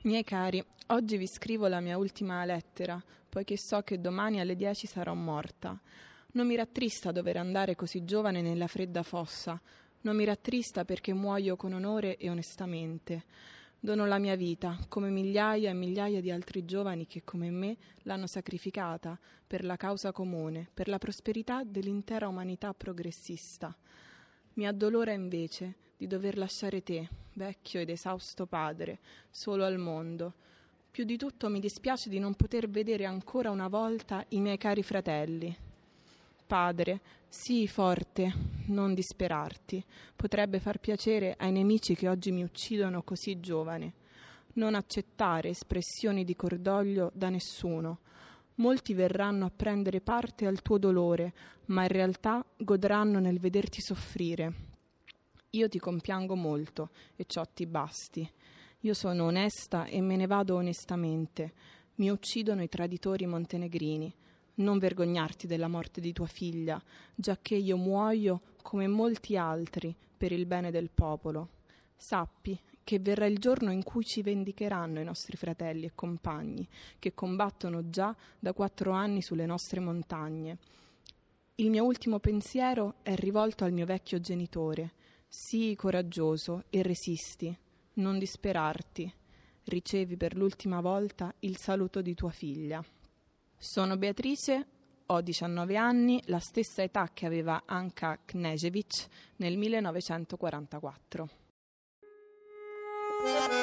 Miei cari, oggi vi scrivo la mia ultima lettera, poiché so che domani alle 10 sarò morta. Non mi rattrista dover andare così giovane nella fredda fossa. Non mi rattrista perché muoio con onore e onestamente. Dono la mia vita, come migliaia e migliaia di altri giovani che, come me, l'hanno sacrificata per la causa comune, per la prosperità dell'intera umanità progressista. Mi addolora invece di dover lasciare te, vecchio ed esausto padre, solo al mondo. Più di tutto mi dispiace di non poter vedere ancora una volta i miei cari fratelli. Padre, sii forte, non disperarti. Potrebbe far piacere ai nemici che oggi mi uccidono così giovane. Non accettare espressioni di cordoglio da nessuno. Molti verranno a prendere parte al tuo dolore, ma in realtà godranno nel vederti soffrire. Io ti compiango molto e ciò ti basti. Io sono onesta e me ne vado onestamente. Mi uccidono i traditori montenegrini. Non vergognarti della morte di tua figlia, giacché io muoio come molti altri per il bene del popolo. Sappi che verrà il giorno in cui ci vendicheranno i nostri fratelli e compagni, che combattono già da 4 anni sulle nostre montagne. Il mio ultimo pensiero è rivolto al mio vecchio genitore. Sii coraggioso e resisti, non disperarti. Ricevi per l'ultima volta il saluto di tua figlia. Sono Beatrice, ho 19 anni, la stessa età che aveva Anka Knežević nel 1944.